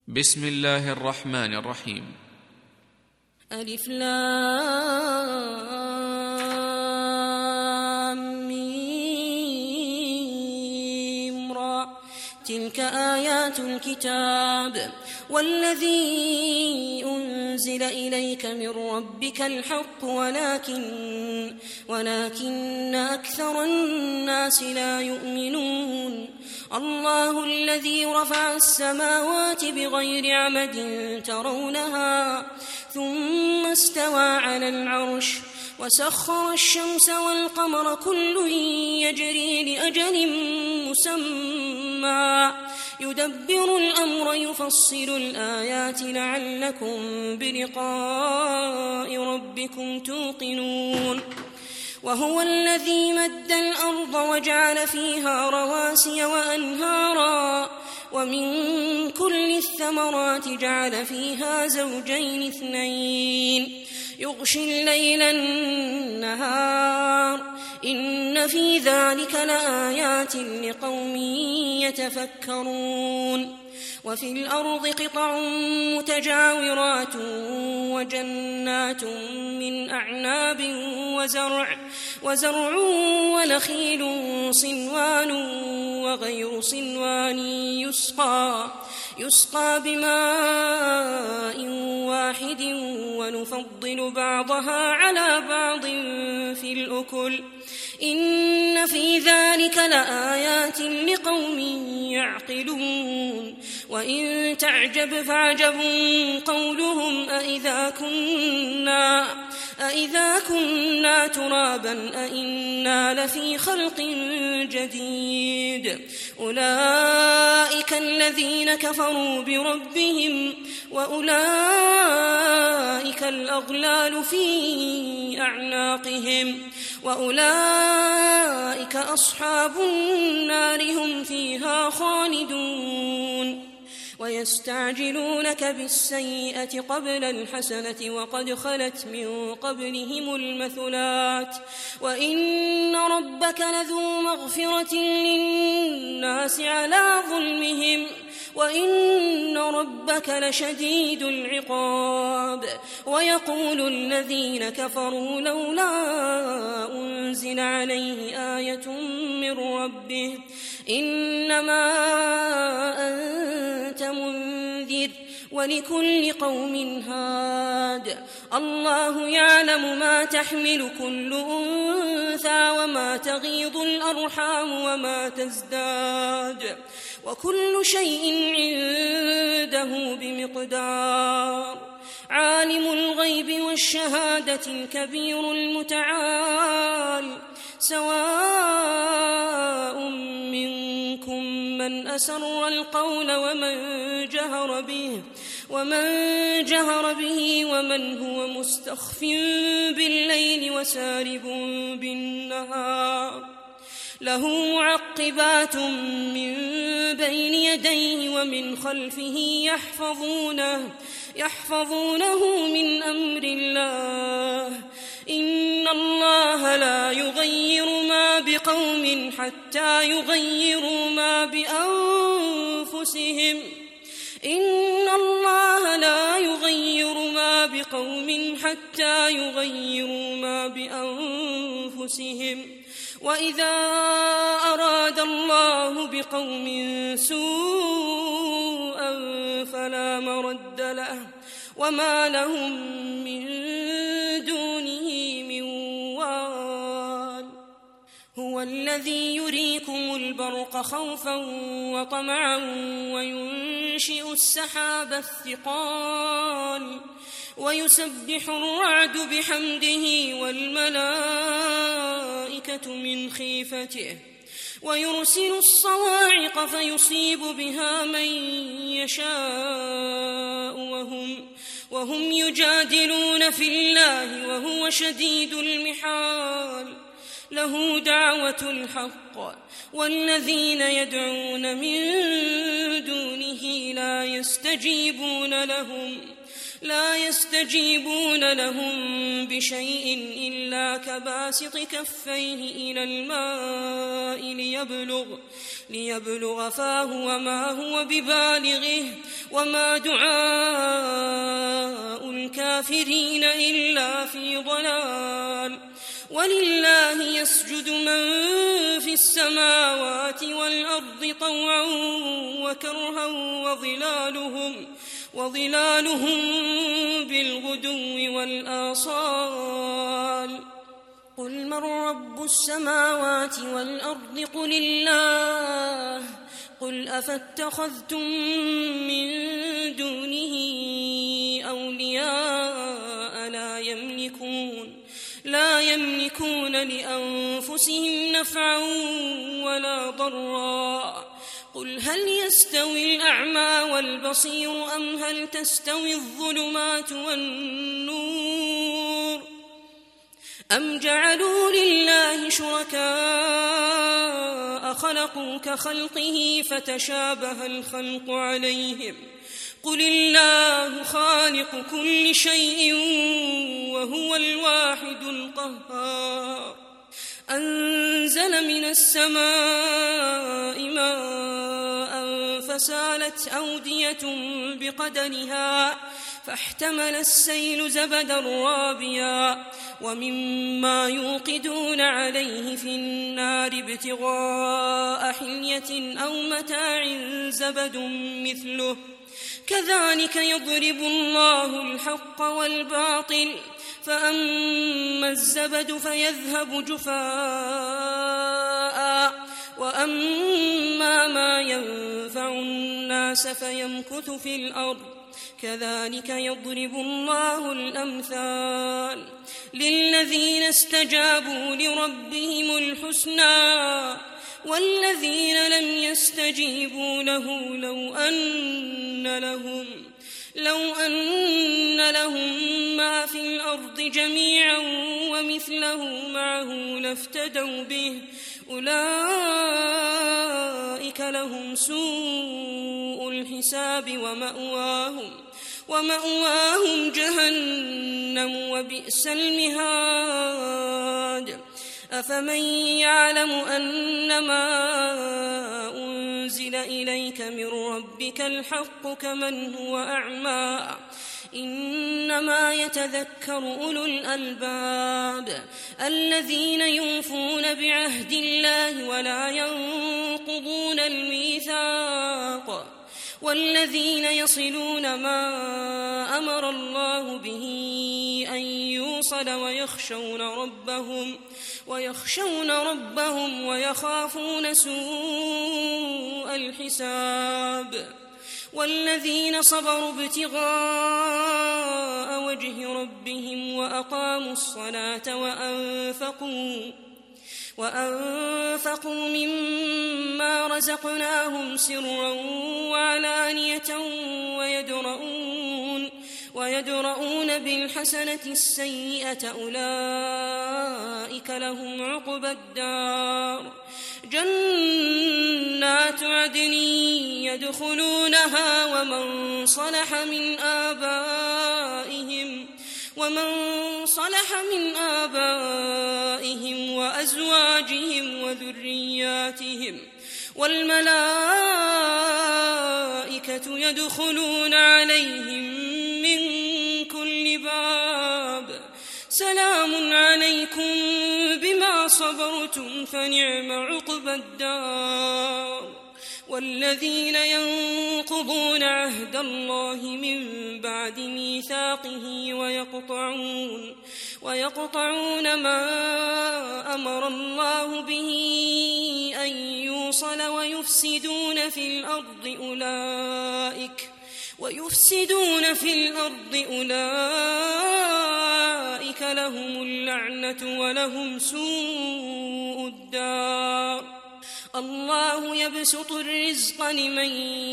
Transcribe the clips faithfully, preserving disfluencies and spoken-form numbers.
بسم الله الرحمن الرحيم. ألف لام ميم را تلك آيات الكتاب والذي أنزل إليك من ربك الحق ولكن ولكن أكثر الناس لا يؤمنون. الله الذي رفع السماوات بغير عمد ترونها ثم استوى على العرش وسخر الشمس والقمر كل يجري لأجل مسمى يدبر الأمر يفصل الآيات لعلكم بلقاء ربكم توقنون. وهو الذي مد الأرض وجعل فيها رواسي وأنهارا ومن كل الثمرات جعل فيها زوجين اثنين يغشي الليل النهار إن في ذلك لآيات لقوم يتفكرون. وفي الأرض قطع متجاورات وجنات من أعناب وزرع وزرع ونخيل صنوان وغير صنوان يسقى يسقى بماء واحد ونفضل بعضها على بعض في الأكل إن في ذلك لآيات لقوم يعقلون. وإن تعجب فعجب قولهم أإذا كنا أإذا كنا ترابا أإنا لفي خلق جديد أولئك الذين كفروا بربهم وأولئك الأغلال في أعناقهم وأولئك أصحاب النار هم فيها خالدون. ويستعجلونك بالسيئة قبل الحسنة وقد خلت من قبلهم المثلات وإن ربك لذو مغفرة للناس على ظلمهم وإن ربك لشديد العقاب. ويقول الذين كفروا لولا أنزل عليه آية من ربه إنما أنت منذر ولكل قوم هاد الله يعلم ما تحمل كل أنثى وما تغيض الأرحام وما تزداد وكل شيء عنده بمقدار. عالم الغيب والشهادة الكبير المتعال سواء منكم من أسر القول ومن جهر به ومن جهر به ومن هو مستخف بالليل وسارب بالنهار له معقبات من بين يديه ومن خلفه يحفظونه يحفظونه من أمر الله إن الله لا يغير ما بقوم حتى يغيروا ما بأنفسهم إن الله لا يغير ما بقوم حتى يغيروا ما بأنفسهم وإذا أراد الله بقوم سوءا فلا مرد له وما لهم من دونه من وال. هو الذي يريكم البرق خوفا وطمعا وينشئ السحاب الثقال ويسبح الرعد بحمده والملائكة من خيفته ويرسل الصواعق فيصيب بها من يشاء وهم, وهم يجادلون في الله وهو شديد المحال. له دعوة الحق والذين يدعون من دونه لا يستجيبون لهم لا يستجيبون لهم بشيء إلا كباسط كفيه إلى الماء ليبلغ, ليبلغ فاه وما هو ببالغه وما دعاء الكافرين إلا في ضلال ولله يسجد من في السماوات والأرض طوعا وكرها وظلالهم, وظلالهم بالغدو والآصال قل من رب السماوات والأرض قل الله قل أفاتخذتم من دونه أولياء لا يملكون لا يملكون لأنفسهم نفعا ولا ضرا قل هل يستوي الأعمى والبصير أم هل تستوي الظلمات والنور أم جعلوا لله شركاء خلقوا كخلقه فتشابه الخلق عليهم قل الله خالق كل شيء وهو الواحد القهار أنزل من السماء ماء فسالت أودية بقدرها فاحتمل السيل زبدا رابيا ومما يوقدون عليه في النار ابتغاء حلية أو متاع زبد مثله كذلك يضرب الله الحق والباطل فأما الزبد فيذهب جفاء وأما ما ينفع الناس فيمكث في الأرض كذلك يضرب الله الأمثال للذين استجابوا لربهم الحسنى والذين لم يستجيبوا له لو أن لهم لو أن لهم ما في الأرض جميعا ومثله معه لافتدوا به أولئك لهم سوء الحساب ومأواهم ومأواهم جهنم وبئس المهاد أفمن يعلم أنما أنزل إليك من ربك الحق كمن هو أعمى إنما يتذكر أولو الألباب الذين يوفون بعهد الله ولا ينقضون الميثاق والذين يصلون ما أمر الله به أن يوصل ويخشون ربهم ويخشون ربهم ويخافون سوء الحساب والذين صبروا ابتغاء وجه ربهم وأقاموا الصلاة وأنفقوا وأنفقوا مما رزقناهم سرا وعلانية ويدرؤون ويدرؤون بالحسنة السيئة أولئك لهم عقبى الدار جنات عدن يدخلونها ومن صلح من آبائهم ومن صلح من آبائهم وأزواجهم وذرياتهم والملائكة يدخلون عليهم من كل باب سلام عليكم بما صبرتم فنعم عقبى الدار والذين ينقضون عهد الله من بعد ميثاقه ويقطعون ويقطعون ما أمر الله به أن يوصل ويفسدون في الأرض أولئك ويفسدون في الأرض أولئك لهم اللعنة ولهم سوء الدار الله يبسط الرزق لمن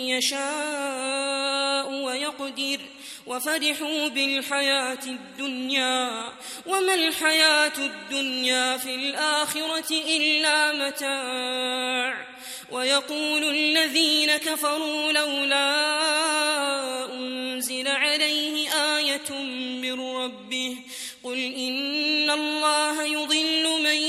يشاء ويقدر وفرحوا بالحياة الدنيا وما الحياة الدنيا في الآخرة إلا متاع ويقول الذين كفروا لولا أنزل عليه آية من ربه قل إن الله يضل من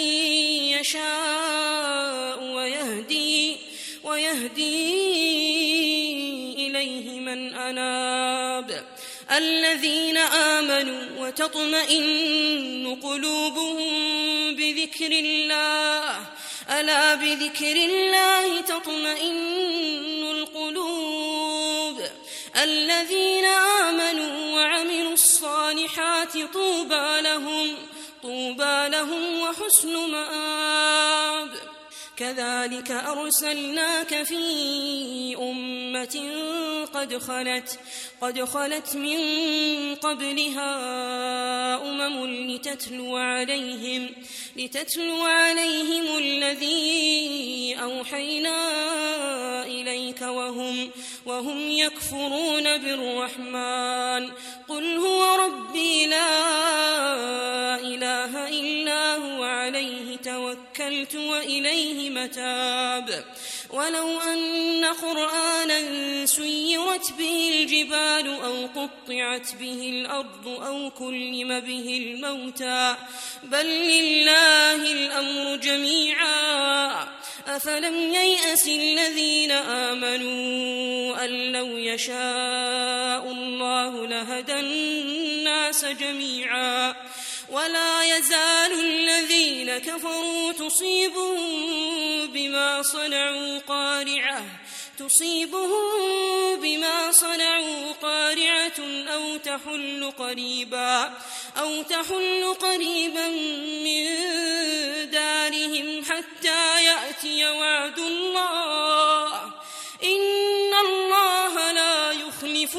يشاء ويهدي, ويهدي إليه إليه من أناب الذين آمنوا وتطمئن قلوبهم بذكر الله ألا بذكر الله تطمئن القلوب الذين آمنوا وعملوا الصالحات طوبى لهم طوبى لهم وحسن مآب كذلك أرسلناك في أمة قد خلت قد خلت من قبلها أمم لتتلو عليهم لتتلو عليهم الذي أوحينا إليك وهم وهم يكفرون بالرحمن قل هو ربي لا إله إلا هو عليه توكلت وإليه متاب ولو أن قرآنا سيرت به الجبال أو قطعت به الأرض أو كلم به الموتى بل لله الأمر جميعا أفلم ييأس الذين آمنوا أن لو يشاء الله لهدى الناس جميعا ولا يزال الذين كفروا تصيبهم بما صنعوا قارعة تصيبهم بما صنعوا قارعة أو تحل قريبا أو تحل قريبا من دارهم حتى يأتي وعد الله إن الله لا يخلف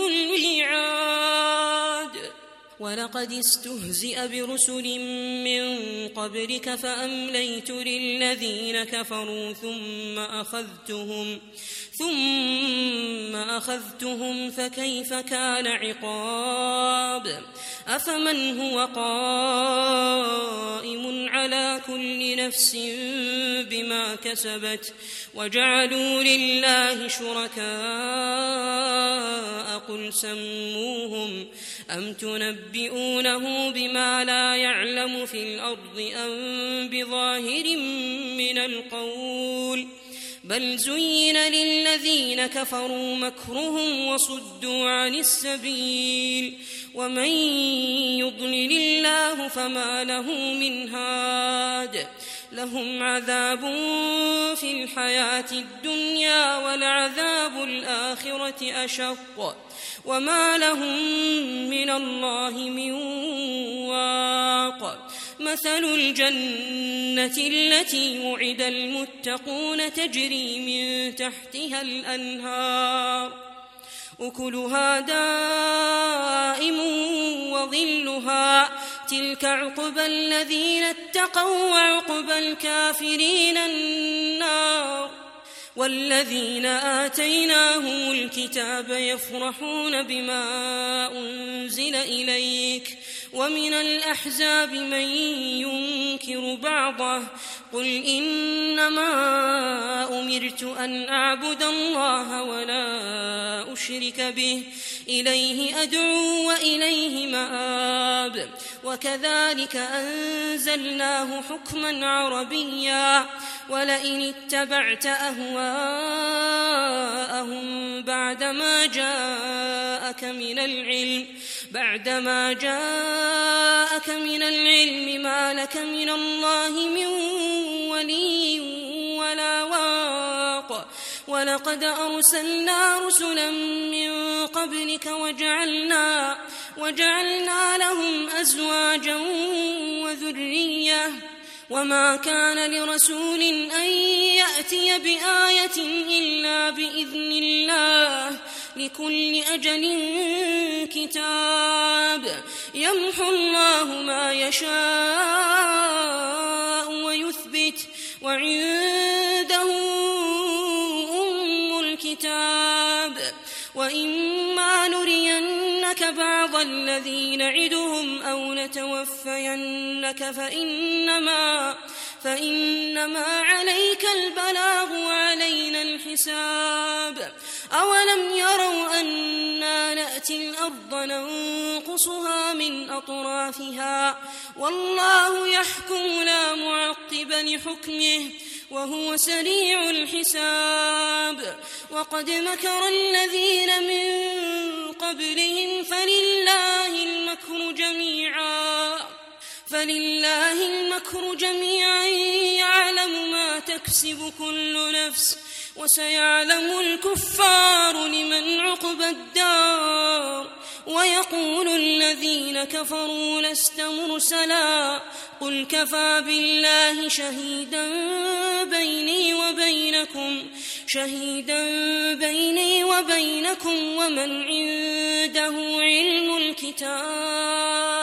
الميعاد ولقد استهزئ برسل من قبلك فأمليت للذين كفروا ثم أخذتهم ثم أخذتهم فكيف كان عقاب أفمن هو قائم على كل نفس بما كسبت وجعلوا لله شركاء قل سموهم أم تنبئونه بما لا يعلم في الأرض أم بظاهر من القول بل زين للذين كفروا مكرهم وصدوا عن السبيل ومن يضلل الله فما له من هاد لهم عذاب في الحياة الدنيا ولعذاب الآخرة أشق وما لهم من الله من واق مثل الجنة التي وعد المتقون تجري من تحتها الأنهار أكلها دائم وظلها تلك عقبى الذين اتقوا وعقبى الكافرين النار والذين آتيناهم الكتاب يفرحون بما أنزل إليك ومن الأحزاب من ينكر بعضه قل إنما أمرت أن أعبد الله ولا أشرك به إليه أدعو وإليه مآب وكذلك أنزلناه حكما عربيا ولئن اتبعت أهواءهم بعدما جاءك من العلم بعدما جاءك من العلم ما لك من الله من ولي ولا واق ولقد أرسلنا رسلا من قبلك وجعلنا وجعلنا لهم أزواجا وذرية وما كان لرسول أن يأتي بآية إلا بإذن الله لكل أجل كتاب يمحو الله ما يشاء ويثبت وعنده أم الكتاب وإما نرينك بعض الذي نعدهم أو نتوفينك فإنما فإنما عليك البلاغ وعلينا الحساب أولم يروا أنا نأتي الأرض ننقصها من أطرافها والله يحكم لا معقب لحكمه وهو سريع الحساب وقد مكر الذين من قبلهم فلله المكر جميعا فلله المكر جميعا يعلم ما تكسب كل نفس وسيعلم الكفار لمن عقبى الدار ويقول الذين كفروا لست مرسلا قل كفى بالله شهيدا بيني وبينكم شهيدا بيني وبينكم ومن عنده علم الكتاب